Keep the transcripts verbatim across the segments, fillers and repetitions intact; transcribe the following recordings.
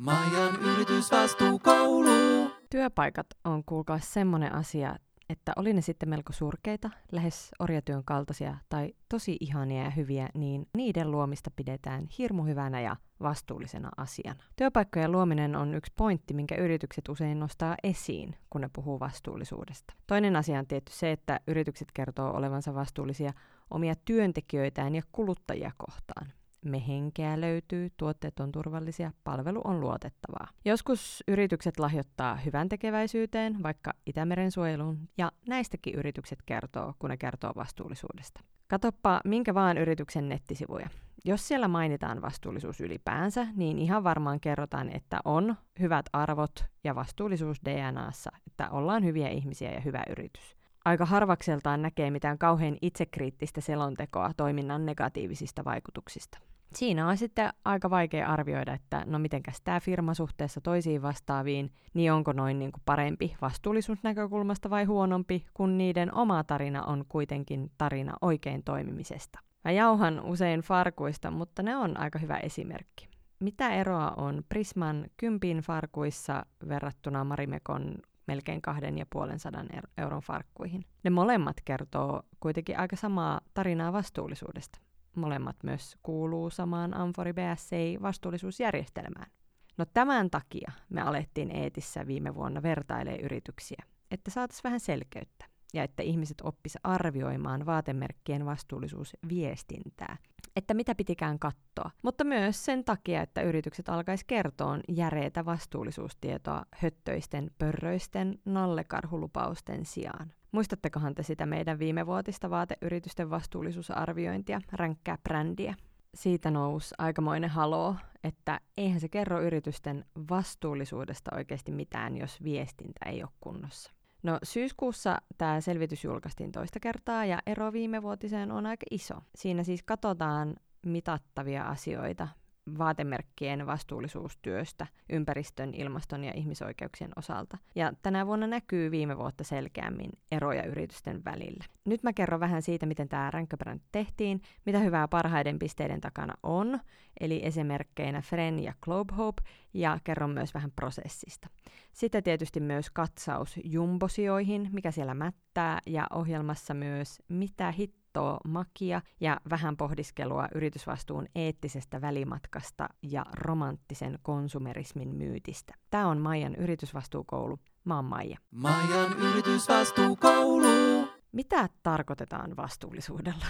Maijan yritysvastuukoulu. Työpaikat on kuulkaa semmoinen asia, että oli ne sitten melko surkeita, lähes orjatyön kaltaisia tai tosi ihania ja hyviä, niin niiden luomista pidetään hirmu hyvänä ja vastuullisena asiana. Työpaikkojen luominen on yksi pointti, minkä yritykset usein nostaa esiin, kun ne puhuu vastuullisuudesta. Toinen asia on tietty se, että yritykset kertoo olevansa vastuullisia omia työntekijöitään ja kuluttajia kohtaan. Me henkeä löytyy, tuotteet on turvallisia, palvelu on luotettavaa. Joskus yritykset lahjoittaa hyvän tekeväisyyteen, vaikka Itämeren suojeluun, ja näistäkin yritykset kertoo, kun ne kertoo vastuullisuudesta. Katoppa minkä vaan yrityksen nettisivuja. Jos siellä mainitaan vastuullisuus ylipäänsä, niin ihan varmaan kerrotaan, että on hyvät arvot ja vastuullisuus D N A:ssa, että ollaan hyviä ihmisiä ja hyvä yritys. Aika harvakseltaan näkee mitään kauhean itsekriittistä selontekoa toiminnan negatiivisista vaikutuksista. Siinä on sitten aika vaikea arvioida, että no mitenkäs tämä firma suhteessa toisiin vastaaviin, niin onko noin niin kuin parempi vastuullisuusnäkökulmasta vai huonompi, kun niiden oma tarina on kuitenkin tarina oikein toimimisesta. Mä jauhan usein farkuista, mutta ne on aika hyvä esimerkki. Mitä eroa on Prisman kympin farkuissa verrattuna Marimekon melkein kahden ja puolen sadan euron farkkuihin? Ne molemmat kertoo kuitenkin aika samaa tarinaa vastuullisuudesta. Molemmat myös kuuluu samaan Amfori B S I-vastuullisuusjärjestelmään. No tämän takia me alettiin Eetissä viime vuonna vertailee yrityksiä, että saataisiin vähän selkeyttä ja että ihmiset oppis arvioimaan vaatemerkkien vastuullisuusviestintää, että mitä pitikään katsoa, mutta myös sen takia, että yritykset alkaisi kertoa järeitä vastuullisuustietoa höttöisten, pörröisten, nallekarhulupausten sijaan. Muistattekohan te sitä meidän viimevuotista vaateyritysten vastuullisuusarviointia, ränkkää brändiä? Siitä nousi aikamoinen haloo, että eihän se kerro yritysten vastuullisuudesta oikeasti mitään, jos viestintä ei ole kunnossa. No syyskuussa tämä selvitys julkaistiin toista kertaa ja ero viimevuotiseen on aika iso. Siinä siis katsotaan mitattavia asioita vaatemerkkien vastuullisuustyöstä ympäristön, ilmaston ja ihmisoikeuksien osalta. Ja tänä vuonna näkyy viime vuotta selkeämmin eroja yritysten välillä. Nyt mä kerron vähän siitä, miten tämä ränkköbrändi tehtiin, mitä hyvää parhaiden pisteiden takana on, eli esimerkkeinä Fren ja Globe Hope, ja kerron myös vähän prosessista. Sitten tietysti myös katsaus jumbosioihin, mikä siellä mättää, ja ohjelmassa myös mitä hittoa makia ja vähän pohdiskelua yritysvastuun eettisestä välimatkasta ja romanttisen konsumerismin myytistä. Tämä on Maijan yritysvastuukoulu. Mä oon Maija. Maijan yritysvastuukoulu. Mitä tarkoitetaan vastuullisuudella?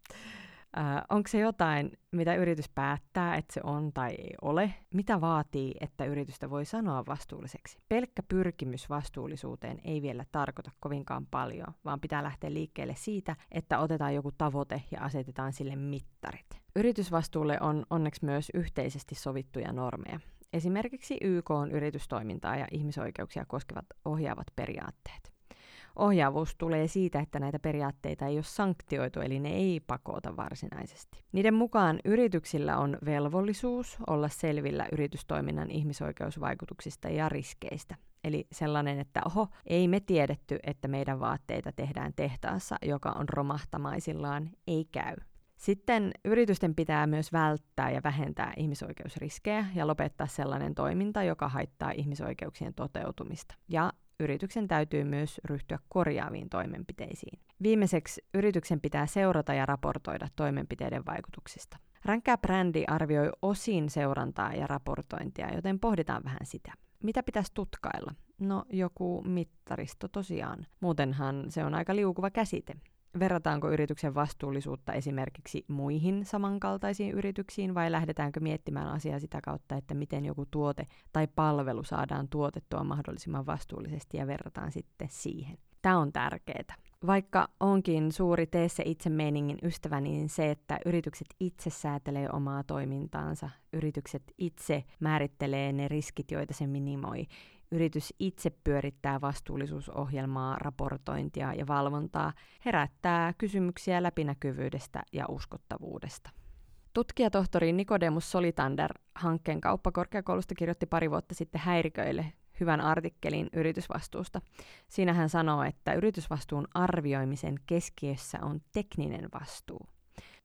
Äh, onko se jotain, mitä yritys päättää, että se on tai ei ole? Mitä vaatii, että yritystä voi sanoa vastuulliseksi? Pelkkä pyrkimys vastuullisuuteen ei vielä tarkoita kovinkaan paljon, vaan pitää lähteä liikkeelle siitä, että otetaan joku tavoite ja asetetaan sille mittarit. Yritysvastuulle on onneksi myös yhteisesti sovittuja normeja. Esimerkiksi Y K:n yritystoimintaa ja ihmisoikeuksia koskevat ohjaavat periaatteet. Ohjaavuus tulee siitä, että näitä periaatteita ei ole sanktioitu, eli ne ei pakota varsinaisesti. Niiden mukaan yrityksillä on velvollisuus olla selvillä yritystoiminnan ihmisoikeusvaikutuksista ja riskeistä. Eli sellainen, että oho, ei me tiedetty, että meidän vaatteita tehdään tehtaassa, joka on romahtamaisillaan, ei käy. Sitten yritysten pitää myös välttää ja vähentää ihmisoikeusriskejä ja lopettaa sellainen toiminta, joka haittaa ihmisoikeuksien toteutumista. Ja yrityksen täytyy myös ryhtyä korjaaviin toimenpiteisiin. Viimeiseksi yrityksen pitää seurata ja raportoida toimenpiteiden vaikutuksista. Ränkkää brändi arvioi osin seurantaa ja raportointia, joten pohditaan vähän sitä. Mitä pitäisi tutkailla? No joku mittaristo tosiaan. Muutenhan se on aika liukuva käsite. Verrataanko yrityksen vastuullisuutta esimerkiksi muihin samankaltaisiin yrityksiin vai lähdetäänkö miettimään asiaa sitä kautta, että miten joku tuote tai palvelu saadaan tuotettua mahdollisimman vastuullisesti ja verrataan sitten siihen. Tämä on tärkeää. Vaikka onkin suuri tee se itse meiningin ystävä, niin se, että yritykset itse säätelee omaa toimintaansa, yritykset itse määrittelee ne riskit, joita se minimoi, yritys itse pyörittää vastuullisuusohjelmaa, raportointia ja valvontaa, herättää kysymyksiä läpinäkyvyydestä ja uskottavuudesta. Tutkijatohtori Nicodemus Solitander hankkeen kauppakorkeakoulusta kirjoitti pari vuotta sitten Häiriköille hyvän artikkelin yritysvastuusta. Siinä hän sanoo, että yritysvastuun arvioimisen keskiössä on tekninen vastuu.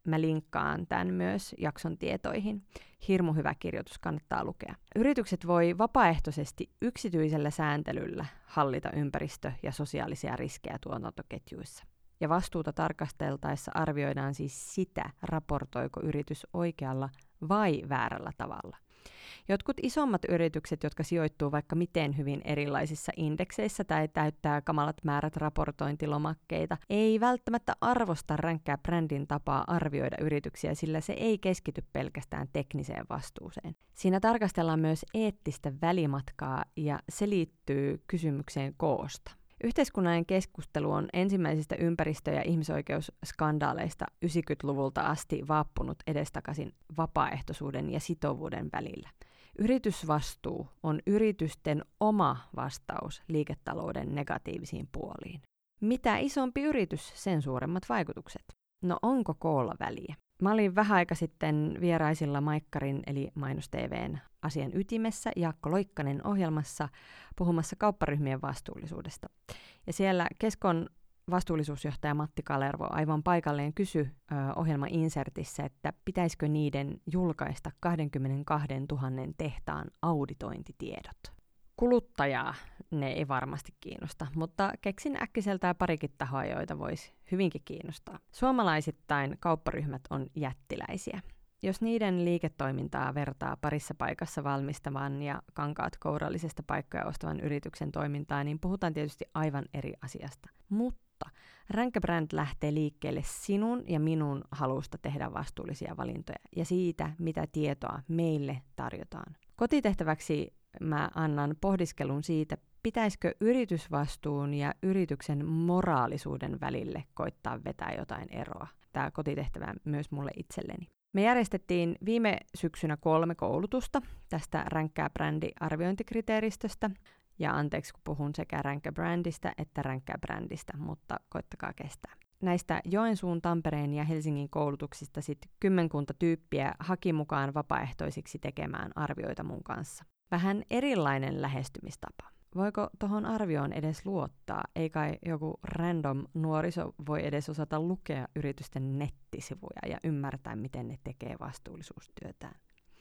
Mä linkkaan tämän myös jakson tietoihin. Hirmu hyvä kirjoitus, kannattaa lukea. Yritykset voi vapaaehtoisesti yksityisellä sääntelyllä hallita ympäristö- ja sosiaalisia riskejä tuotantoketjuissa. Ja vastuuta tarkasteltaessa arvioidaan siis sitä, raportoiko yritys oikealla vai väärällä tavalla. Jotkut isommat yritykset, jotka sijoittuu vaikka miten hyvin erilaisissa indekseissä tai täyttää kamalat määrät raportointilomakkeita, ei välttämättä arvosta ränkkää brändin tapaa arvioida yrityksiä, sillä se ei keskity pelkästään tekniseen vastuuseen. Siinä tarkastellaan myös eettistä välimatkaa ja se liittyy kysymykseen koosta. Yhteiskunnallinen keskustelu on ensimmäisistä ympäristö- ja ihmisoikeusskandaaleista yhdeksänkymmentäluvulta asti vaappunut edestakaisin vapaaehtoisuuden ja sitovuuden välillä. Yritysvastuu on yritysten oma vastaus liiketalouden negatiivisiin puoliin. Mitä isompi yritys, sen suuremmat vaikutukset. No onko koolla väliä? Mä olin vähän aika sitten vieraisilla Maikkarin eli Mainos T V:n asian ytimessä Jaakko Loikkanen ohjelmassa puhumassa kaupparyhmien vastuullisuudesta. Ja siellä Keskon vastuullisuusjohtaja Matti Kalervo aivan paikalleen kysyi ohjelman insertissä, että pitäisikö niiden julkaista kaksikymmentäkaksituhatta tehtaan auditointitiedot. Kuluttajaa ne ei varmasti kiinnosta, mutta keksin äkkiseltään parikin tahoa, joita voisi hyvinkin kiinnostaa. Suomalaisittain kaupparyhmät on jättiläisiä. Jos niiden liiketoimintaa vertaa parissa paikassa valmistavan ja kankaat kourallisesta paikkoja ostavan yrityksen toimintaa, niin puhutaan tietysti aivan eri asiasta. Mutta Rankka Brand lähtee liikkeelle sinun ja minun halusta tehdä vastuullisia valintoja ja siitä, mitä tietoa meille tarjotaan. Kotitehtäväksi mä annan pohdiskelun siitä, pitäisikö yritysvastuun ja yrityksen moraalisuuden välille koittaa vetää jotain eroa. Tämä kotitehtävä myös mulle itselleni. Me järjestettiin viime syksynä kolme koulutusta tästä Ränkkää brändi-arviointikriteeristöstä. Ja anteeksi, kun puhun sekä Ränkkää brändistä että Ränkkää brändistä, mutta koittakaa kestää. Näistä Joensuun, Tampereen ja Helsingin koulutuksista sitten kymmenkunta tyyppiä haki mukaan vapaaehtoisiksi tekemään arvioita mun kanssa. Vähän erilainen lähestymistapa. Voiko tuohon arvioon edes luottaa? Ei kai joku random nuoriso voi edes osata lukea yritysten nettisivuja ja ymmärtää, miten ne tekee vastuullisuustyötään.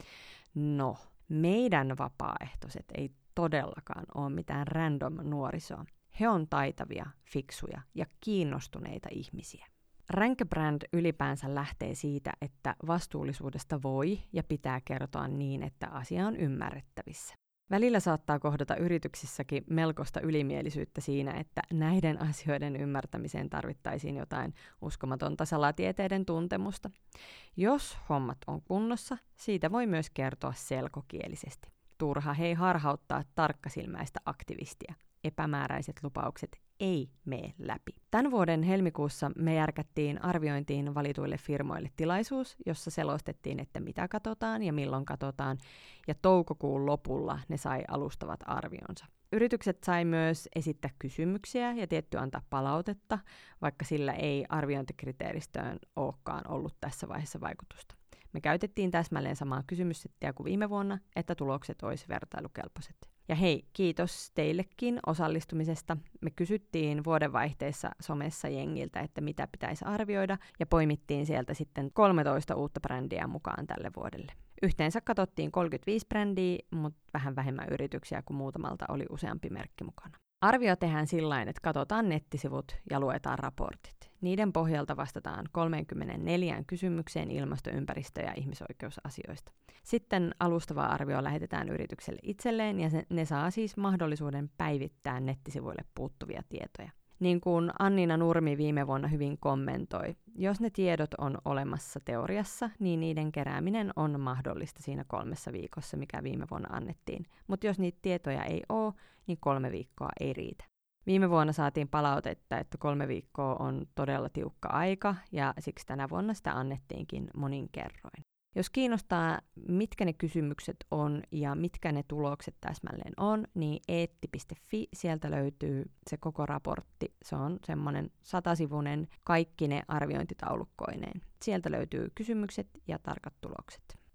No, meidän vapaaehtoiset ei todellakaan ole mitään random nuorisoa. He on taitavia, fiksuja ja kiinnostuneita ihmisiä. Rankka Brand ylipäänsä lähtee siitä, että vastuullisuudesta voi ja pitää kertoa niin, että asia on ymmärrettävissä. Välillä saattaa kohdata yrityksissäkin melkoista ylimielisyyttä siinä, että näiden asioiden ymmärtämiseen tarvittaisiin jotain uskomatonta salatieteiden tuntemusta. Jos hommat on kunnossa, siitä voi myös kertoa selkokielisesti. Turha hei harhauttaa tarkkasilmäistä aktivistia. Epämääräiset lupaukset ei mene läpi. Tämän vuoden helmikuussa me järkättiin arviointiin valituille firmoille tilaisuus, jossa selostettiin, että mitä katsotaan ja milloin katsotaan, ja toukokuun lopulla ne sai alustavat arvionsa. Yritykset sai myös esittää kysymyksiä ja tietty antaa palautetta, vaikka sillä ei arviointikriteeristöön olekaan ollut tässä vaiheessa vaikutusta. Me käytettiin täsmälleen samaa kysymyssettiä kuin viime vuonna, että tulokset olisi vertailukelpoiset. Ja hei, kiitos teillekin osallistumisesta. Me kysyttiin vuodenvaihteessa somessa jengiltä, että mitä pitäisi arvioida, ja poimittiin sieltä sitten kolmetoista uutta brändiä mukaan tälle vuodelle. Yhteensä katsottiin kolmekymmentäviisi brändiä, mutta vähän vähemmän yrityksiä, kuin muutamalta oli useampi merkki mukana. Arvio tehdään sillain, että katsotaan nettisivut ja luetaan raportit. Niiden pohjalta vastataan kolmekymmentäneljä kysymykseen ilmasto-, ympäristö- ja ihmisoikeusasioista. Sitten alustava arvio lähetetään yritykselle itselleen ja se, ne saa siis mahdollisuuden päivittää nettisivuille puuttuvia tietoja. Niin kuin Annina Nurmi viime vuonna hyvin kommentoi, jos ne tiedot on olemassa teoriassa, niin niiden kerääminen on mahdollista siinä kolmessa viikossa, mikä viime vuonna annettiin. Mutta jos niitä tietoja ei ole, niin kolme viikkoa ei riitä. Viime vuonna saatiin palautetta, että kolme viikkoa on todella tiukka aika, ja siksi tänä vuonna sitä annettiinkin monin kerroin. Jos kiinnostaa, mitkä ne kysymykset on ja mitkä ne tulokset täsmälleen on, niin eetti piste fi, sieltä löytyy se koko raportti. Se on semmoinen satasivuinen kaikki ne arviointitaulukkoineen. Sieltä löytyy kysymykset ja tarkat tulokset.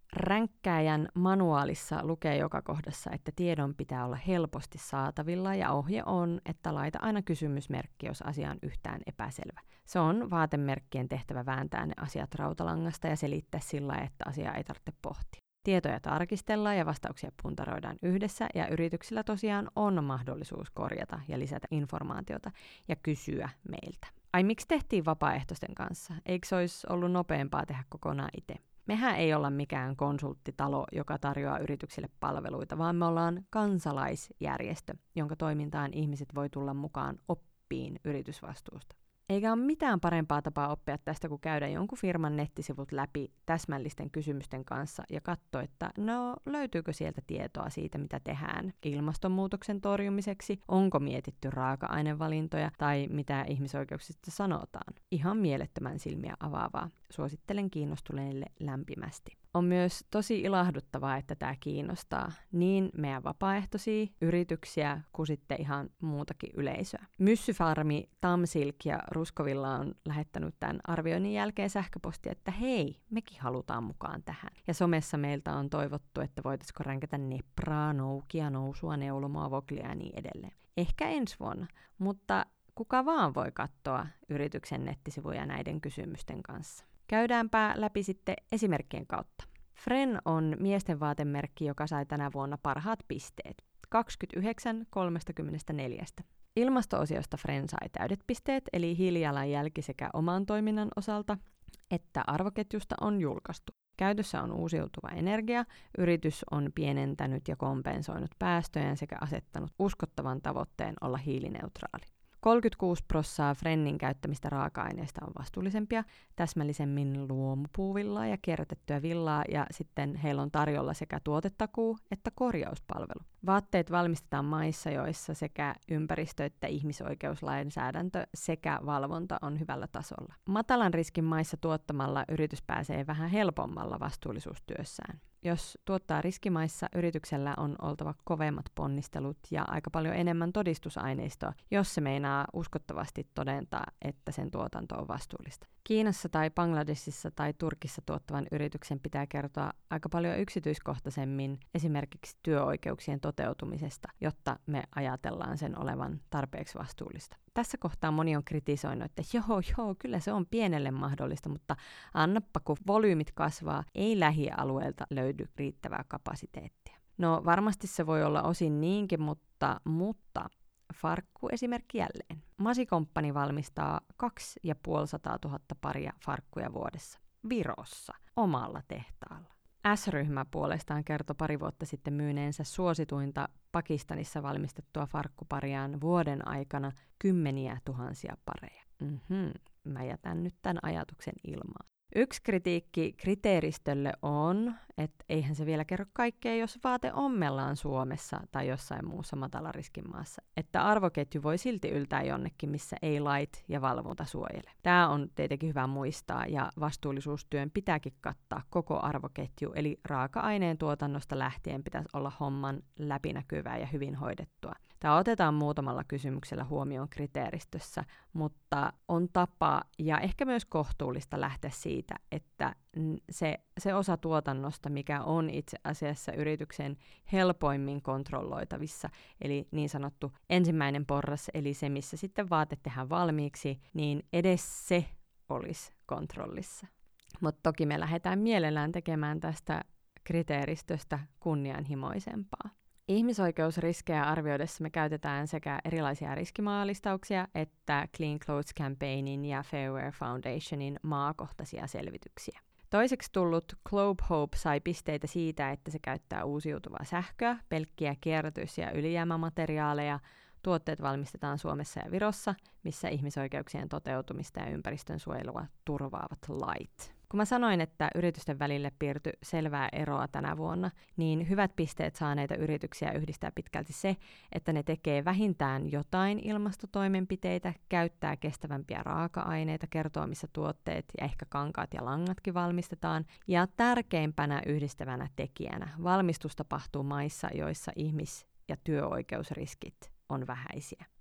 Ränkkääjän manuaalissa lukee joka kohdassa, että tiedon pitää olla helposti saatavilla ja ohje on, että laita aina kysymysmerkki, jos asia on yhtään epäselvä. Se on vaatemerkkien tehtävä vääntää ne asiat rautalangasta ja selittää sillä, että asiaa ei tarvitse pohtia. Tietoja tarkistellaan ja vastauksia puntaroidaan yhdessä ja yrityksillä tosiaan on mahdollisuus korjata ja lisätä informaatiota ja kysyä meiltä. Ai miksi tehtiin vapaaehtoisten kanssa? Eikö se olisi ollut nopeampaa tehdä kokonaan itse? Mehän ei olla mikään konsulttitalo, joka tarjoaa yrityksille palveluita, vaan me ollaan kansalaisjärjestö, jonka toimintaan ihmiset voi tulla mukaan oppiin yritysvastuusta. Eikä ole mitään parempaa tapaa oppia tästä, kuin käydä jonkun firman nettisivut läpi täsmällisten kysymysten kanssa ja katsoa, että no löytyykö sieltä tietoa siitä, mitä tehdään ilmastonmuutoksen torjumiseksi, onko mietitty raaka-ainevalintoja tai mitä ihmisoikeuksista sanotaan. Ihan mielettömän silmiä avaavaa. Suosittelen kiinnostuneille lämpimästi. On myös tosi ilahduttavaa, että tämä kiinnostaa niin meidän vapaaehtoisia yrityksiä kuin sitten ihan muutakin yleisöä. Myssyfarmi, Tamsilk ja Ruskovilla on lähettänyt tämän arvioinnin jälkeen sähköpostia, että hei, mekin halutaan mukaan tähän. Ja somessa meiltä on toivottu, että voitaisiko ränkätä Nepraa, Noukia, Nousua, Neulomoa, Voglia ja niin edelleen. Ehkä ensi vuonna, mutta kuka vaan voi katsoa yrityksen nettisivuja näiden kysymysten kanssa. Käydäänpä läpi sitten esimerkkien kautta. Fren on miesten vaatemerkki, joka sai tänä vuonna parhaat pisteet. kaksikymmentäyhdeksän kolmekymmentäneljä. Ilmasto-osiosta Fren sai täydet pisteet, eli hiilijalanjälki sekä oman toiminnan osalta, että arvoketjusta on julkaistu. Käytössä on uusiutuva energia, yritys on pienentänyt ja kompensoinut päästöjään sekä asettanut uskottavan tavoitteen olla hiilineutraali. kolmekymmentäkuusi prosenttia Frennin käyttämistä raaka-aineista on vastuullisempia, täsmällisemmin luomupuuvillaa ja kierrätettyä villaa, ja sitten heillä on tarjolla sekä tuotetakuu että korjauspalvelu. Vaatteet valmistetaan maissa, joissa sekä ympäristö- että ihmisoikeuslainsäädäntö sekä valvonta on hyvällä tasolla. Matalan riskin maissa tuottamalla yritys pääsee vähän helpommalla vastuullisuustyössään. Jos tuottaa riskimaissa, yrityksellä on oltava kovemmat ponnistelut ja aika paljon enemmän todistusaineistoa, jos se meinaa uskottavasti todentaa, että sen tuotanto on vastuullista. Kiinassa tai Bangladesissa tai Turkissa tuottavan yrityksen pitää kertoa aika paljon yksityiskohtaisemmin esimerkiksi työoikeuksien toteutumisesta, jotta me ajatellaan sen olevan tarpeeksi vastuullista. Tässä kohtaa moni on kritisoinut, että joo, joo, kyllä se on pienelle mahdollista, mutta annappa kun volyymit kasvaa, ei lähialueelta löydy riittävää kapasiteettia. No varmasti se voi olla osin niinkin, mutta, mutta farkku esimerkki jälleen. Masi-komppani valmistaa kaksisataaviisikymmentätuhatta paria farkkuja vuodessa Virossa omalla tehtaalla. S-ryhmä puolestaan kertoi pari vuotta sitten myyneensä suosituinta Pakistanissa valmistettua farkkupariaan vuoden aikana kymmeniä tuhansia pareja. Mhm, mä jätän nyt tämän ajatuksen ilmaan. Yksi kritiikki kriteeristölle on, että eihän se vielä kerro kaikkea, jos vaate ommellaan Suomessa tai jossain muussa matalariskin maassa. Että arvoketju voi silti yltää jonnekin, missä ei lait ja valvonta suojele. Tämä on tietenkin hyvä muistaa, ja vastuullisuustyön pitääkin kattaa koko arvoketju, eli raaka-aineen tuotannosta lähtien pitäisi olla homman läpinäkyvää ja hyvin hoidettua. Tämä otetaan muutamalla kysymyksellä huomioon kriteeristössä, mutta on tapa ja ehkä myös kohtuullista lähteä siitä, että se, se osa tuotannosta, mikä on itse asiassa yrityksen helpoimmin kontrolloitavissa, eli niin sanottu ensimmäinen porras, eli se, missä sitten vaate tehdään valmiiksi, niin edes se olisi kontrollissa. Mutta toki me lähdetään mielellään tekemään tästä kriteeristöstä kunnianhimoisempaa. Ihmisoikeusriskejä arvioidessa me käytetään sekä erilaisia riskimaalistauksia että Clean Clothes Campaignin ja Fairwear Foundationin maakohtaisia selvityksiä. Toiseksi tullut Globe Hope sai pisteitä siitä, että se käyttää uusiutuvaa sähköä, pelkkiä kierrätys- ja ylijäämämateriaaleja. Tuotteet valmistetaan Suomessa ja Virossa, missä ihmisoikeuksien toteutumista ja ympäristön suojelua turvaavat lait. Kun mä sanoin, että yritysten välille piirtyi selvää eroa tänä vuonna, niin hyvät pisteet saaneita yrityksiä yhdistää pitkälti se, että ne tekee vähintään jotain ilmastotoimenpiteitä, käyttää kestävämpiä raaka-aineita, kertoo missä tuotteet ja ehkä kankaat ja langatkin valmistetaan. Ja tärkeimpänä yhdistävänä tekijänä valmistus tapahtuu maissa, joissa ihmis- ja työoikeusriskit on vähäisiä.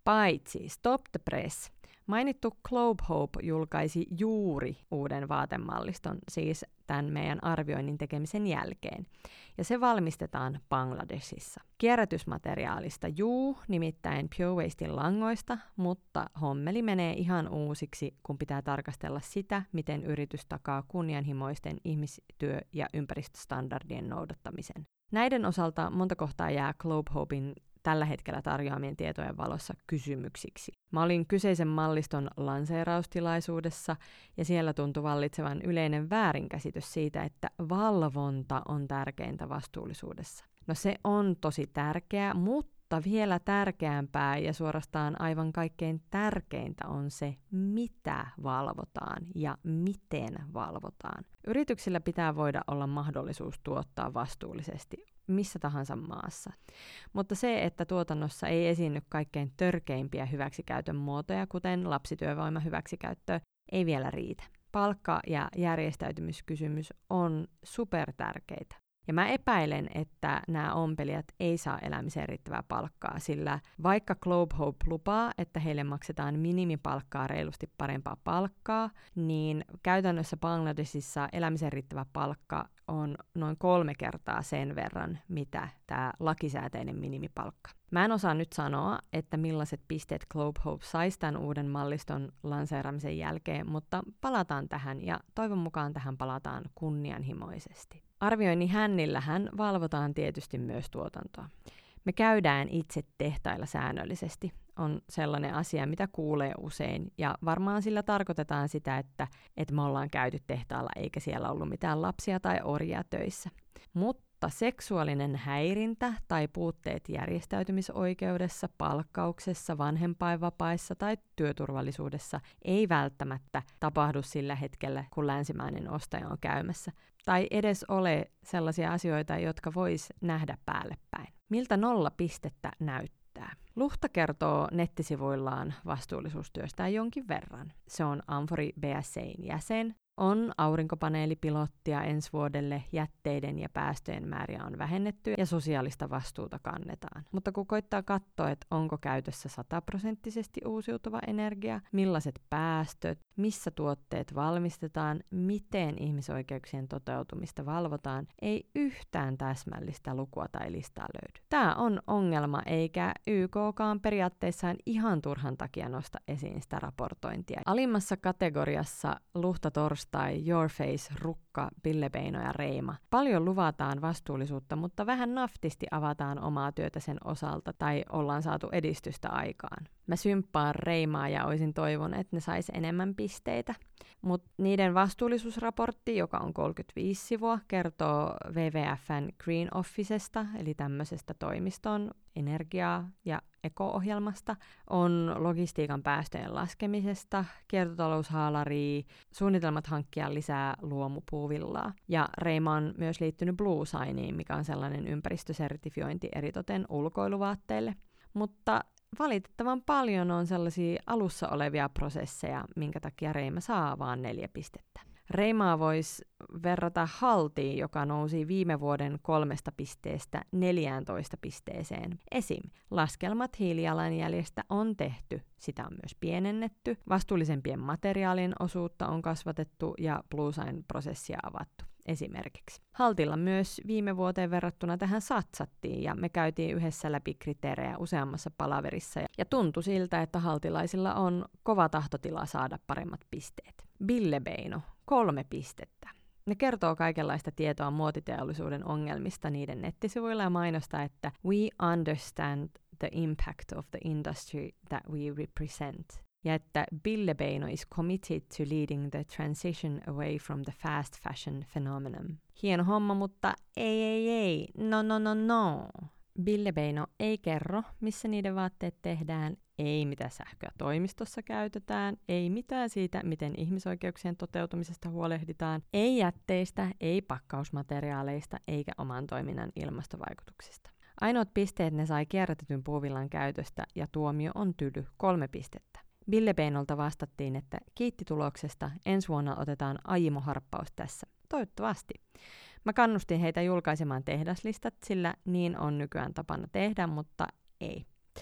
Paitsi Stop the Press. Mainittu Globe Hope julkaisi juuri uuden vaatemalliston, siis tämän meidän arvioinnin tekemisen jälkeen. Ja se valmistetaan Bangladesissa. Kierrätysmateriaalista juu, nimittäin Pure Wastein langoista, mutta hommeli menee ihan uusiksi, kun pitää tarkastella sitä, miten yritys takaa kunnianhimoisten ihmistyö- ja ympäristöstandardien noudattamisen. Näiden osalta monta kohtaa jää Globe Hopein tällä hetkellä tarjoamien tietojen valossa kysymyksiksi. Mä olin kyseisen malliston lanseeraustilaisuudessa ja siellä tuntui vallitsevan yleinen väärinkäsitys siitä, että valvonta on tärkeintä vastuullisuudessa. No se on tosi tärkeää, mutta vielä tärkeämpää ja suorastaan aivan kaikkein tärkeintä on se, mitä valvotaan ja miten valvotaan. Yrityksillä pitää voida olla mahdollisuus tuottaa vastuullisesti missä tahansa maassa. Mutta se, että tuotannossa ei esiinny kaikkein törkeimpiä hyväksikäytön muotoja, kuten lapsityövoiman hyväksikäyttöä, ei vielä riitä. Palkka- ja järjestäytymiskysymys on supertärkeitä. Ja mä epäilen, että nämä ompelijat ei saa elämiseen riittävää palkkaa, sillä vaikka Globe Hope lupaa, että heille maksetaan minimipalkkaa reilusti parempaa palkkaa, niin käytännössä Bangladesissa elämiseen riittävä palkka on noin kolme kertaa sen verran, mitä tämä lakisääteinen minimipalkka. Mä en osaa nyt sanoa, että millaiset pisteet Globe Hope saisi tämän uuden malliston lanseeramisen jälkeen, mutta palataan tähän ja toivon mukaan tähän palataan kunnianhimoisesti. Arvioinnin hännillähän valvotaan tietysti myös tuotantoa. Me käydään itse tehtailla säännöllisesti. On sellainen asia, mitä kuulee usein, ja varmaan sillä tarkoitetaan sitä, että, että me ollaan käyty tehtaalla eikä siellä ollut mitään lapsia tai orjia töissä. Mutta seksuaalinen häirintä tai puutteet järjestäytymisoikeudessa, palkkauksessa, vanhempainvapaissa tai työturvallisuudessa ei välttämättä tapahdu sillä hetkellä, kun länsimäinen ostaja on käymässä. Tai edes ole sellaisia asioita, jotka vois nähdä päälle päin. Miltä nolla pistettä näyttää? Luhta kertoo nettisivuillaan vastuullisuustyöstään jonkin verran. Se on Amfori B S C:n jäsen, on aurinkopaneelipilottia ensi vuodelle, jätteiden ja päästöjen määriä on vähennetty ja sosiaalista vastuuta kannetaan. Mutta kun koittaa katsoa, että onko käytössä sataprosenttisesti uusiutuva energia, millaiset päästöt, missä tuotteet valmistetaan, miten ihmisoikeuksien toteutumista valvotaan, ei yhtään täsmällistä lukua tai listaa löydy. Tämä on ongelma, eikä Y K:kaan periaatteessaan ihan turhan takia nosta esiin sitä raportointia. Alimmassa kategoriassa Luhta torstai, Your Face, Rukka, Billebeino ja Reima. Paljon luvataan vastuullisuutta, mutta vähän naftisti avataan omaa työtä sen osalta tai ollaan saatu edistystä aikaan. Mä symppaan Reimaa ja olisin toivonut, että ne sais enemmän pisteitä. Mutta niiden vastuullisuusraportti, joka on kolmekymmentäviisi sivua, kertoo W W F:n Green Officesta, eli tämmöisestä toimiston energia- ja eko-ohjelmasta, on logistiikan päästöjen laskemisesta, kiertotaloushaalaria, suunnitelmat hankkia lisää luomupuuvillaa. Ja Reima on myös liittynyt Blue Signiin, mikä on sellainen ympäristösertifiointi eritoten ulkoiluvaatteille. Mutta valitettavan paljon on sellaisia alussa olevia prosesseja, minkä takia Reima saa vaan neljä pistettä. Reimaa voisi verrata Haltiin, joka nousi viime vuoden kolmesta pisteestä neljääntoista pisteeseen. Esim. Laskelmat hiilijalanjäljestä on tehty, sitä on myös pienennetty, vastuullisempien materiaalien osuutta on kasvatettu ja Blue Sign-prosessia avattu. Esimerkiksi. Haltilla myös viime vuoteen verrattuna tähän satsattiin ja me käytiin yhdessä läpi kriteerejä useammassa palaverissa ja tuntui siltä, että haltilaisilla on kova tahtotila saada paremmat pisteet. Billebeino, kolme pistettä. Ne kertoo kaikenlaista tietoa muotiteollisuuden ongelmista niiden nettisivuilla ja mainostaa, että we understand the impact of the industry that we represent. Ja että Billebeino is committed to leading the transition away from the fast fashion phenomenon. Hieno homma, mutta ei, ei, ei, no, no, no, no. Billebeino ei kerro, missä niiden vaatteet tehdään, ei mitä sähköä toimistossa käytetään, ei mitään siitä, miten ihmisoikeuksien toteutumisesta huolehditaan, ei jätteistä, ei pakkausmateriaaleista eikä oman toiminnan ilmastovaikutuksista. Ainoat pisteet ne sai kierrätetyn puuvillan käytöstä ja tuomio on tyly, kolme pistettä. Billebeinolta vastattiin, että kiitti tuloksesta, ensi vuonna otetaan aimo-harppaus tässä. Toivottavasti. Mä kannustin heitä julkaisemaan tehdaslistat, sillä niin on nykyään tapana tehdä, mutta ei.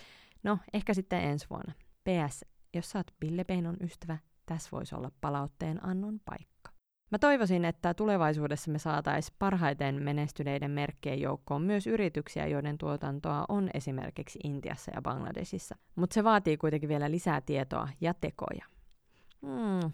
No, ehkä sitten ensi vuonna. P S. Jos sä oot Ville Peinon ystävä, tässä voisi olla palautteen annon paikka. Mä toivoisin, että tulevaisuudessa me saataisiin parhaiten menestyneiden merkkien joukkoon myös yrityksiä, joiden tuotantoa on esimerkiksi Intiassa ja Bangladesissa. Mutta se vaatii kuitenkin vielä lisää tietoa ja tekoja. Hmm.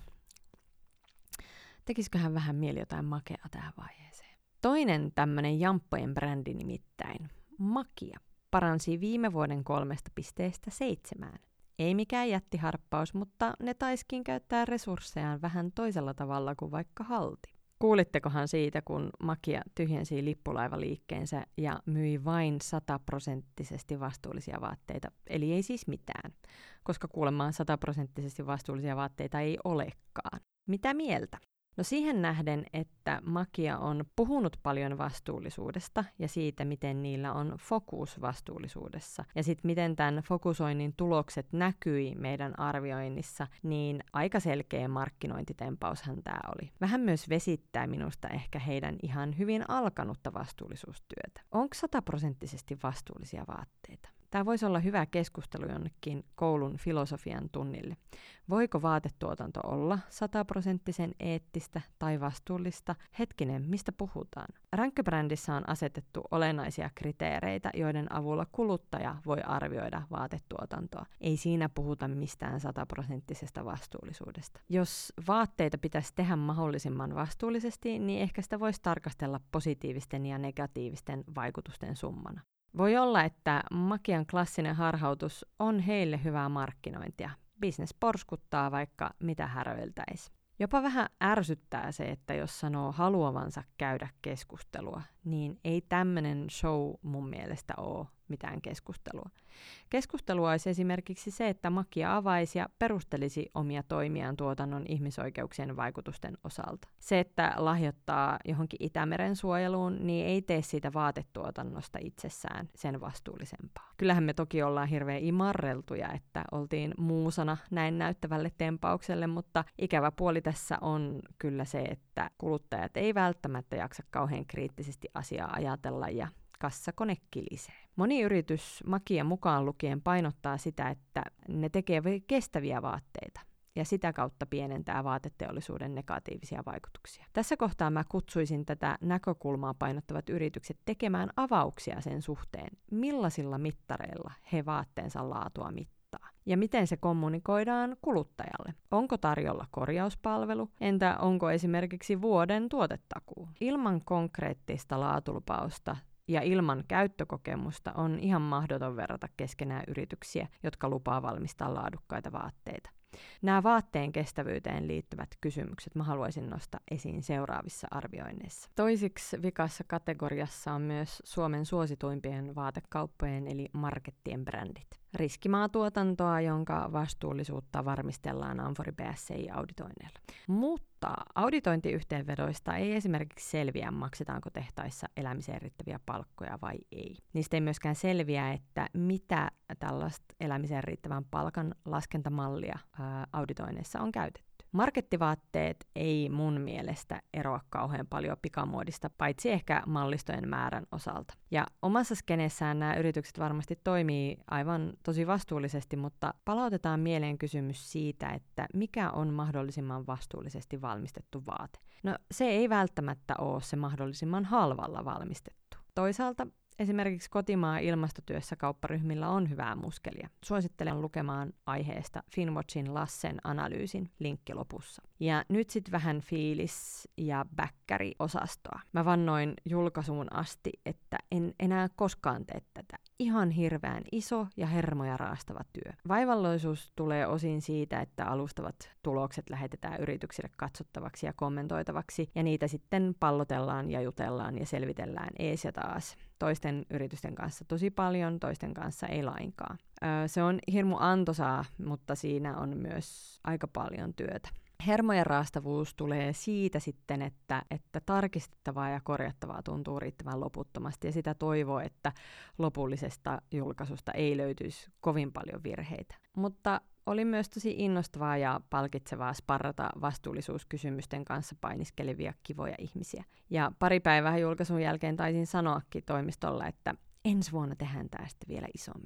Tekisiköhän vähän mieli jotain makeaa tähän vaiheeseen? Toinen tämmönen jamppojen brändi nimittäin, Makia, paransi viime vuoden kolmesta pisteestä seitsemään. Ei mikään jättiharppaus, mutta ne taiskin käyttää resurssejaan vähän toisella tavalla kuin vaikka Halti. Kuulittekohan siitä, kun Makia tyhjensi lippulaivaliikkeensä ja myi vain sataprosenttisesti vastuullisia vaatteita, eli ei siis mitään, koska kuulemaan sataprosenttisesti vastuullisia vaatteita ei olekaan. Mitä mieltä? No siihen nähden, että Makia on puhunut paljon vastuullisuudesta ja siitä, miten niillä on fokus vastuullisuudessa ja sitten miten tämän fokusoinnin tulokset näkyi meidän arvioinnissa, niin aika selkeä markkinointitempaushan tämä oli. Vähän myös vesittää minusta ehkä heidän ihan hyvin alkanutta vastuullisuustyötä. Onko sataprosenttisesti vastuullisia vaatteita? Tämä voisi olla hyvä keskustelu jonnekin koulun filosofian tunnille. Voiko vaatetuotanto olla sataprosenttisen eettistä tai vastuullista? Hetkinen, mistä puhutaan? Rankköbrändissä on asetettu olennaisia kriteereitä, joiden avulla kuluttaja voi arvioida vaatetuotantoa. Ei siinä puhuta mistään sataprosenttisesta vastuullisuudesta. Jos vaatteita pitäisi tehdä mahdollisimman vastuullisesti, niin ehkä sitä voisi tarkastella positiivisten ja negatiivisten vaikutusten summana. Voi olla, että Makian klassinen harhautus on heille hyvää markkinointia. Business porskuttaa vaikka mitä häröiltäisi. Jopa vähän ärsyttää se, että jos sanoo haluavansa käydä keskustelua, niin ei tämmöinen show mun mielestä ole mitään keskustelua. Keskustelua olisi esimerkiksi se, että Makia avaisi ja perustelisi omia toimiaan tuotannon ihmisoikeuksien vaikutusten osalta. Se, että lahjoittaa johonkin Itämeren suojeluun, niin ei tee siitä vaatetuotannosta itsessään sen vastuullisempaa. Kyllähän me toki ollaan hirveän imarreltuja, että oltiin muusana näin näyttävälle tempaukselle, mutta ikävä puoli tässä on kyllä se, että kuluttajat ei välttämättä jaksa kauhean kriittisesti asiaa ajatella ja kassakone kilisee. Moni yritys, Makia mukaan lukien, painottaa sitä, että ne tekee kestäviä vaatteita ja sitä kautta pienentää vaateteollisuuden negatiivisia vaikutuksia. Tässä kohtaa mä kutsuisin tätä näkökulmaa painottavat yritykset tekemään avauksia sen suhteen, millaisilla mittareilla he vaatteensa laatua mittaa. Ja miten se kommunikoidaan kuluttajalle? Onko tarjolla korjauspalvelu? Entä onko esimerkiksi vuoden tuotetakuu? Ilman konkreettista laatulupausta ja ilman käyttökokemusta on ihan mahdoton verrata keskenään yrityksiä, jotka lupaa valmistaa laadukkaita vaatteita. Nämä vaatteen kestävyyteen liittyvät kysymykset mä haluaisin nostaa esiin seuraavissa arvioinneissa. Toisiksi vikassa kategoriassa on myös Suomen suosituimpien vaatekauppojen eli markettien brändit. Riskimaatuotantoa, jonka vastuullisuutta varmistellaan Amfori B S C I-auditoinneilla. Mutta auditointiyhteenvedoista ei esimerkiksi selviä, maksetaanko tehtaissa elämiseen riittäviä palkkoja vai ei. Niistä ei myöskään selviä, että mitä tällaista elämiseen riittävän palkan laskentamallia ää, auditoinneissa on käytetty. Markettivaatteet ei mun mielestä eroa kauhean paljon pikamuodista, paitsi ehkä mallistojen määrän osalta. Ja omassa skeneessään nämä yritykset varmasti toimii aivan tosi vastuullisesti, mutta palautetaan mieleen kysymys siitä, että mikä on mahdollisimman vastuullisesti valmistettu vaate. No se ei välttämättä ole se mahdollisimman halvalla valmistettu. Toisaalta esimerkiksi kotimaan ilmastotyössä kaupparyhmillä on hyvää muskelia. Suosittelen lukemaan aiheesta Finwatchin Lassen analyysin, linkki lopussa. Ja nyt sitten vähän fiilis- ja bäkkäri-osastoa. Mä vannoin julkaisuun asti, että en enää koskaan tee tätä. Ihan hirveän iso ja hermoja raastava työ. Vaivalloisuus tulee osin siitä, että alustavat tulokset lähetetään yrityksille katsottavaksi ja kommentoitavaksi, ja niitä sitten pallotellaan ja jutellaan ja selvitellään ees ja taas. Toisten yritysten kanssa tosi paljon, toisten kanssa ei lainkaan. Öö, se on hirmu antoisaa, mutta siinä on myös aika paljon työtä. Hermojen raastavuus tulee siitä sitten, että, että tarkistettavaa ja korjattavaa tuntuu riittävän loputtomasti ja sitä toivoo, että lopullisesta julkaisusta ei löytyisi kovin paljon virheitä. Mutta oli myös tosi innostavaa ja palkitsevaa sparrata vastuullisuuskysymysten kanssa painiskelevia kivoja ihmisiä. Ja pari päivää julkaisun jälkeen taisin sanoakin toimistolla, että ensi vuonna tehdään tästä vielä isommin.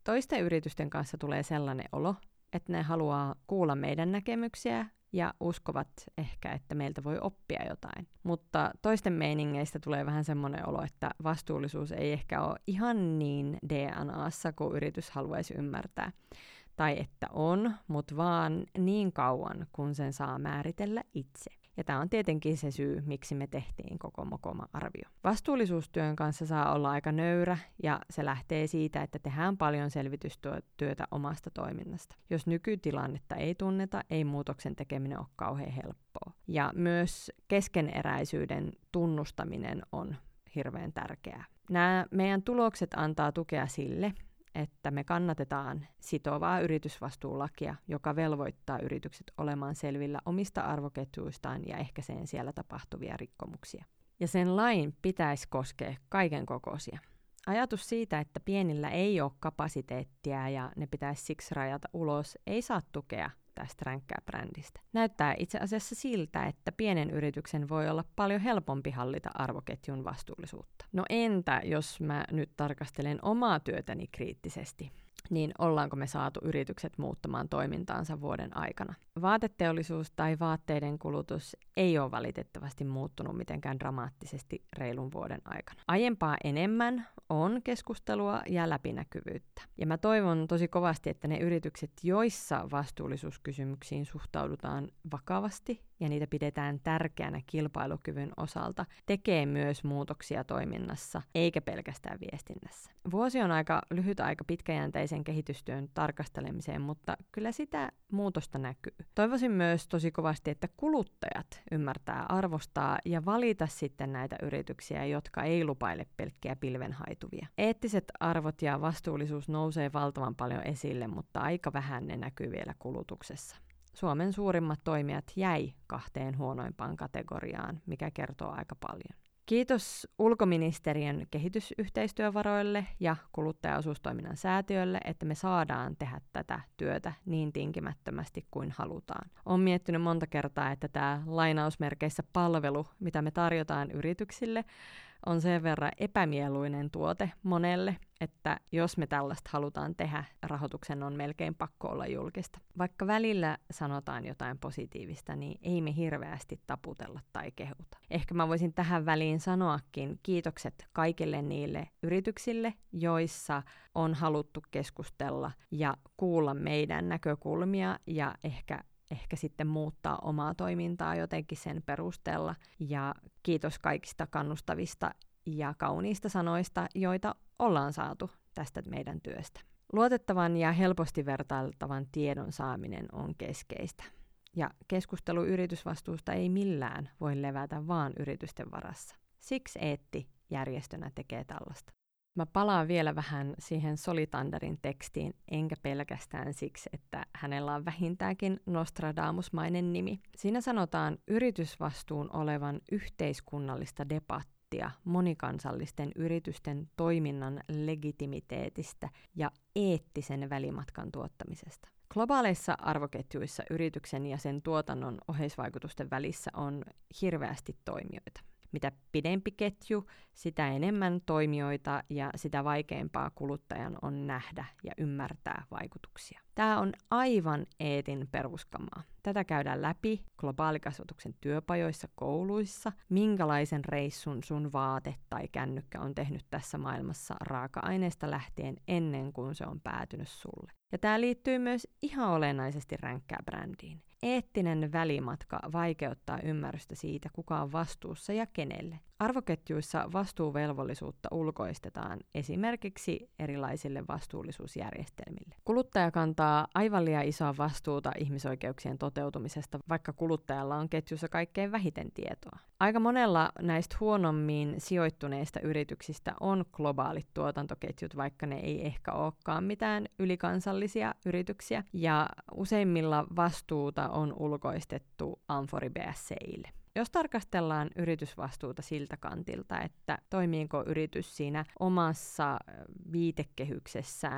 Toisten yritysten kanssa tulee sellainen olo, että ne haluaa kuulla meidän näkemyksiä ja uskovat ehkä, että meiltä voi oppia jotain. Mutta toisten meiningeistä tulee vähän semmoinen olo, että vastuullisuus ei ehkä ole ihan niin D N A:ssa kuin yritys haluaisi ymmärtää. Tai että on, mutta vaan niin kauan, kun sen saa määritellä itse. Ja tämä on tietenkin se syy, miksi me tehtiin koko Mokoma-arvio. Vastuullisuustyön kanssa saa olla aika nöyrä, ja se lähtee siitä, että tehdään paljon selvitystyötä omasta toiminnasta. Jos nykytilannetta ei tunneta, ei muutoksen tekeminen ole kauhean helppoa. Ja myös keskeneräisyyden tunnustaminen on hirveän tärkeää. Nämä meidän tulokset antaa tukea sille, että me kannatetaan sitovaa yritysvastuulakia, joka velvoittaa yritykset olemaan selvillä omista arvoketjuistaan ja ehkäiseen siellä tapahtuvia rikkomuksia. Ja sen lain pitäisi koskea kaiken kokoisia. Ajatus siitä, että pienillä ei ole kapasiteettia ja ne pitäisi siksi rajata ulos, ei saa tukea tästä ränkkää brändistä. Näyttää itse asiassa siltä, että pienen yrityksen voi olla paljon helpompi hallita arvoketjun vastuullisuutta. No entä jos mä nyt tarkastelen omaa työtäni kriittisesti, niin ollaanko me saatu yritykset muuttamaan toimintaansa vuoden aikana? Vaateteollisuus tai vaatteiden kulutus ei ole valitettavasti muuttunut mitenkään dramaattisesti reilun vuoden aikana. Aiempaa enemmän on keskustelua ja läpinäkyvyyttä. Ja mä toivon tosi kovasti, että ne yritykset, joissa vastuullisuuskysymyksiin suhtaudutaan vakavasti ja niitä pidetään tärkeänä kilpailukyvyn osalta, tekee myös muutoksia toiminnassa, eikä pelkästään viestinnässä. Vuosi on aika lyhyt aika pitkäjänteisen kehitystyön tarkastelemiseen, mutta kyllä sitä muutosta näkyy. Toivoisin myös tosi kovasti, että kuluttajat ymmärtää arvostaa ja valita sitten näitä yrityksiä, jotka ei lupaile pelkkiä pilvenhaituvia. Eettiset arvot ja vastuullisuus nousee valtavan paljon esille, mutta aika vähän ne näkyy vielä kulutuksessa. Suomen suurimmat toimijat jäi kahteen huonoimpaan kategoriaan, mikä kertoo aika paljon. Kiitos ulkoministeriön kehitysyhteistyövaroille ja kuluttajaosuustoiminnan säätiölle, että me saadaan tehdä tätä työtä niin tinkimättömästi kuin halutaan. Olen miettinyt monta kertaa, että tämä lainausmerkeissä palvelu, mitä me tarjotaan yrityksille, on sen verran epämieluinen tuote monelle, että jos me tällaista halutaan tehdä, rahoituksen on melkein pakko olla julkista. Vaikka välillä sanotaan jotain positiivista, niin ei me hirveästi taputella tai kehuta. Ehkä mä voisin tähän väliin sanoakin kiitokset kaikille niille yrityksille, joissa on haluttu keskustella ja kuulla meidän näkökulmia ja ehkä ehkä sitten muuttaa omaa toimintaa jotenkin sen perusteella. Ja kiitos kaikista kannustavista ja kauniista sanoista, joita ollaan saatu tästä meidän työstä. Luotettavan ja helposti vertailtavan tiedon saaminen on keskeistä. Ja keskustelu yritysvastuusta ei millään voi levätä vaan yritysten varassa. Siksi Eetti järjestönä tekee tällaista. Mä palaan vielä vähän siihen Solitanderin tekstiin, enkä pelkästään siksi, että hänellä on vähintäänkin Nostradamusmainen nimi. Siinä sanotaan yritysvastuun olevan yhteiskunnallista debattia monikansallisten yritysten toiminnan legitimiteetistä ja eettisen välimatkan tuottamisesta. Globaaleissa arvoketjuissa yrityksen ja sen tuotannon oheisvaikutusten välissä on hirveästi toimijoita. Mitä pidempi ketju, sitä enemmän toimijoita ja sitä vaikeampaa kuluttajan on nähdä ja ymmärtää vaikutuksia. Tämä on aivan Eetin peruskamaa. Tätä käydään läpi globaalikasvatuksen työpajoissa kouluissa, minkälaisen reissun sun vaate tai kännykkä on tehnyt tässä maailmassa raaka-aineesta lähtien ennen kuin se on päätynyt sulle. Ja tämä liittyy myös ihan olennaisesti ränkkää brändiin. Eettinen välimatka vaikeuttaa ymmärrystä siitä, kuka on vastuussa ja kenelle. Arvoketjuissa vastuuvelvollisuutta ulkoistetaan esimerkiksi erilaisille vastuullisuusjärjestelmille. Kuluttaja kantaa aivan liian isoa vastuuta ihmisoikeuksien toteutumisesta, vaikka kuluttajalla on ketjussa kaikkein vähiten tietoa. Aika monella näistä huonommin sijoittuneista yrityksistä on globaalit tuotantoketjut, vaikka ne ei ehkä olekaan mitään ylikansallisia yrityksiä, ja useimmilla vastuuta on ulkoistettu Amfori B S C:ille. Jos tarkastellaan yritysvastuuta siltä kantilta, että toimiiko yritys siinä omassa viitekehyksessään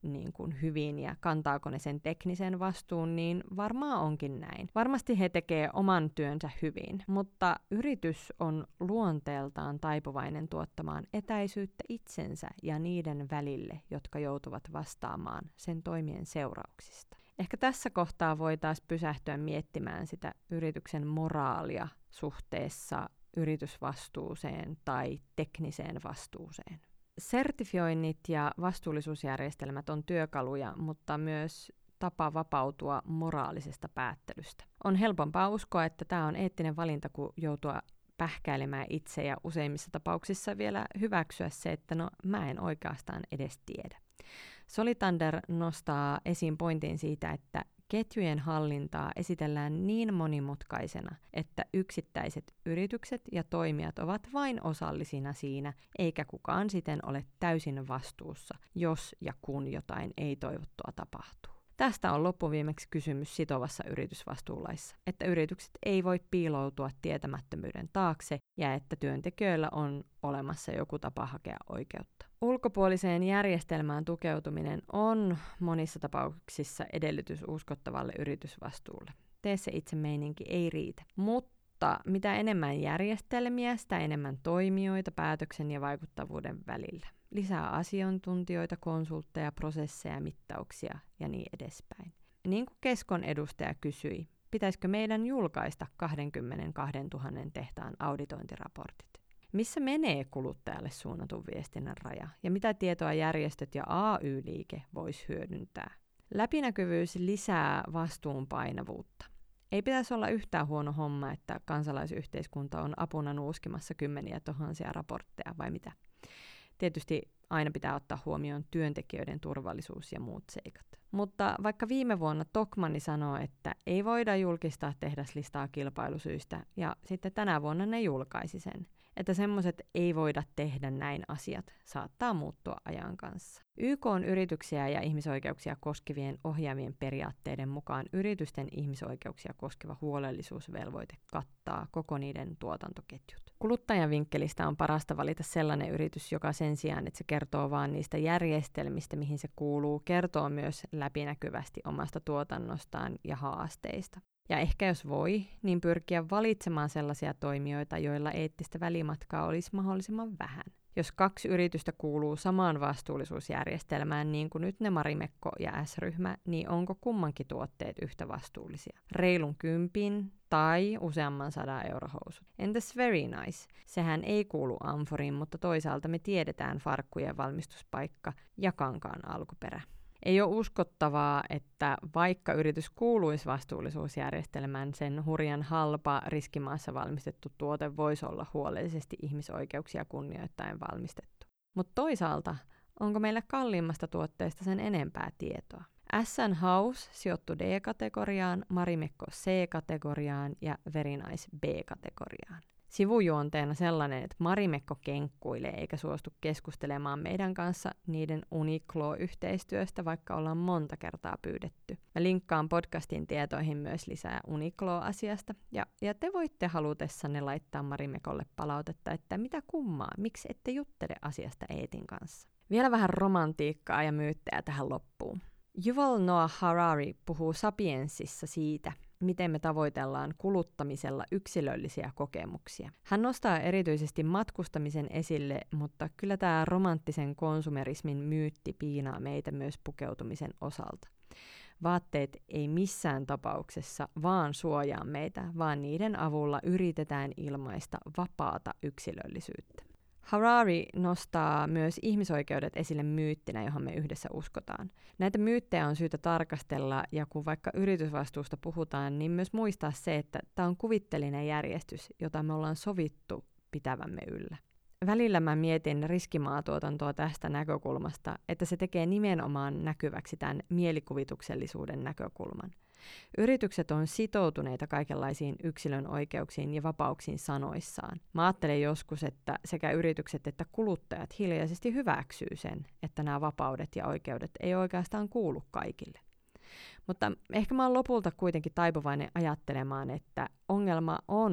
niin kuin hyvin ja kantaako ne sen teknisen vastuun, niin varmaan onkin näin. Varmasti he tekee oman työnsä hyvin, mutta yritys on luonteeltaan taipuvainen tuottamaan etäisyyttä itsensä ja niiden välille, jotka joutuvat vastaamaan sen toimien seurauksista. Ehkä tässä kohtaa voi taas pysähtyä miettimään sitä yrityksen moraalia suhteessa yritysvastuuseen tai tekniseen vastuuseen. Sertifioinnit ja vastuullisuusjärjestelmät on työkaluja, mutta myös tapa vapautua moraalisesta päättelystä. On helpompaa uskoa, että tämä on eettinen valinta, kuin joutua pähkäilemään itse ja useimmissa tapauksissa vielä hyväksyä se, että no mä en oikeastaan edes tiedä. Solitander nostaa esiin pointin siitä, että ketjujen hallintaa esitellään niin monimutkaisena, että yksittäiset yritykset ja toimijat ovat vain osallisina siinä, eikä kukaan siten ole täysin vastuussa, jos ja kun jotain ei-toivottua tapahtuu. Tästä on loppuviimeksi kysymys sitovassa yritysvastuulaissa, että yritykset ei voi piiloutua tietämättömyyden taakse ja että työntekijöillä on olemassa joku tapa hakea oikeutta. Ulkopuoliseen järjestelmään tukeutuminen on monissa tapauksissa edellytys uskottavalle yritysvastuulle. Tee se itse meininki ei riitä. Mutta mitä enemmän järjestelmiä, sitä enemmän toimijoita päätöksen ja vaikuttavuuden välillä. Lisää asiantuntijoita, konsultteja, prosesseja, mittauksia ja niin edespäin. Niin kuin Keskon edustaja kysyi, pitäisikö meidän julkaista kaksikymmentäkaksituhatta tehtaan auditointiraportit? Missä menee kuluttajalle suunnatun viestinnän raja ja mitä tietoa järjestöt ja A Y-liike voisi hyödyntää? Läpinäkyvyys lisää vastuun painavuutta. Ei pitäisi olla yhtään huono homma, että kansalaisyhteiskunta on apuna nuuskimassa kymmeniä tuhansia raportteja vai mitä? Tietysti aina pitää ottaa huomioon työntekijöiden turvallisuus ja muut seikat. Mutta vaikka viime vuonna Tokmanni sanoi, että ei voida julkistaa tehdaslistaa kilpailusyistä, ja sitten tänä vuonna ne julkaisi sen, että semmoiset ei voida tehdä näin asiat saattaa muuttua ajan kanssa. Y K:n yrityksiä ja ihmisoikeuksia koskevien ohjaavien periaatteiden mukaan yritysten ihmisoikeuksia koskeva huolellisuusvelvoite kattaa koko niiden tuotantoketjut. Kuluttajan vinkkelistä on parasta valita sellainen yritys, joka sen sijaan, että se kertoo vain niistä järjestelmistä, mihin se kuuluu, kertoo myös läpinäkyvästi omasta tuotannostaan ja haasteista. Ja ehkä jos voi, niin pyrkiä valitsemaan sellaisia toimijoita, joilla eettistä välimatkaa olisi mahdollisimman vähän. Jos kaksi yritystä kuuluu samaan vastuullisuusjärjestelmään, niin kuin nyt ne Marimekko ja S-ryhmä, niin onko kummankin tuotteet yhtä vastuullisia? Reilun kympin tai useamman sadan eurohousut. Entäs Very Nice? Sehän ei kuulu Amforiin, mutta toisaalta me tiedetään farkkujen valmistuspaikka ja kankaan alkuperä. Ei ole uskottavaa, että vaikka yritys kuuluisi vastuullisuusjärjestelmään, sen hurjan halpa riskimaassa valmistettu tuote voisi olla huolellisesti ihmisoikeuksia kunnioittaen valmistettu. Mutta toisaalta, onko meillä kalliimmasta tuotteesta sen enempää tietoa? S N House sijoittui D-kategoriaan, Marimekko C-kategoriaan ja Very Nice B-kategoriaan. Sivujuonteena sellainen, että Marimekko kenkkuilee eikä suostu keskustelemaan meidän kanssa niiden Uniqlo-yhteistyöstä, vaikka ollaan monta kertaa pyydetty. Mä linkkaan podcastin tietoihin myös lisää Uniqlo-asiasta, ja, ja te voitte halutessanne laittaa Marimekolle palautetta, että mitä kummaa, miksi ette juttele asiasta Eetin kanssa. Vielä vähän romantiikkaa ja myyttejä tähän loppuun. Yuval Noah Harari puhuu Sapiensissa siitä, miten me tavoitellaan kuluttamisella yksilöllisiä kokemuksia. Hän nostaa erityisesti matkustamisen esille, mutta kyllä tämä romanttisen konsumerismin myytti piinaa meitä myös pukeutumisen osalta. Vaatteet ei missään tapauksessa vaan suojaa meitä, vaan niiden avulla yritetään ilmaista vapaata yksilöllisyyttä. Harari nostaa myös ihmisoikeudet esille myyttinä, johon me yhdessä uskotaan. Näitä myyttejä on syytä tarkastella, ja kun vaikka yritysvastuusta puhutaan, niin myös muistaa se, että tämä on kuvittelinen järjestys, jota me ollaan sovittu pitävämme yllä. Välillä mä mietin riskimaatuotantoa tästä näkökulmasta, että se tekee nimenomaan näkyväksi tämän mielikuvituksellisuuden näkökulman. Yritykset on sitoutuneita kaikenlaisiin yksilön oikeuksiin ja vapauksiin sanoissaan. Mä ajattelen joskus, että sekä yritykset että kuluttajat hiljaisesti hyväksyy sen, että nämä vapaudet ja oikeudet ei oikeastaan kuulu kaikille. Mutta ehkä mä oon lopulta kuitenkin taipuvainen ajattelemaan, että ongelma on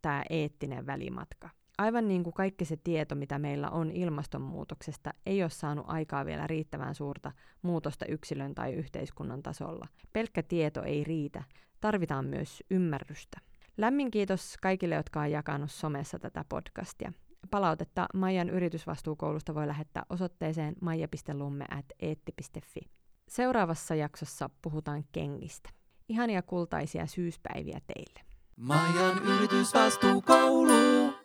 tämä eettinen välimatka. Aivan niin kuin kaikki se tieto, mitä meillä on ilmastonmuutoksesta, ei ole saanut aikaa vielä riittävän suurta muutosta yksilön tai yhteiskunnan tasolla. Pelkkä tieto ei riitä. Tarvitaan myös ymmärrystä. Lämmin kiitos kaikille, jotka on jakanut somessa tätä podcastia. Palautetta Maijan yritysvastuukoulusta voi lähettää osoitteeseen maija piste lumme ät eetti piste fi. Seuraavassa jaksossa puhutaan kengistä. Ihania kultaisia syyspäiviä teille. Maijan yritysvastuukoulu.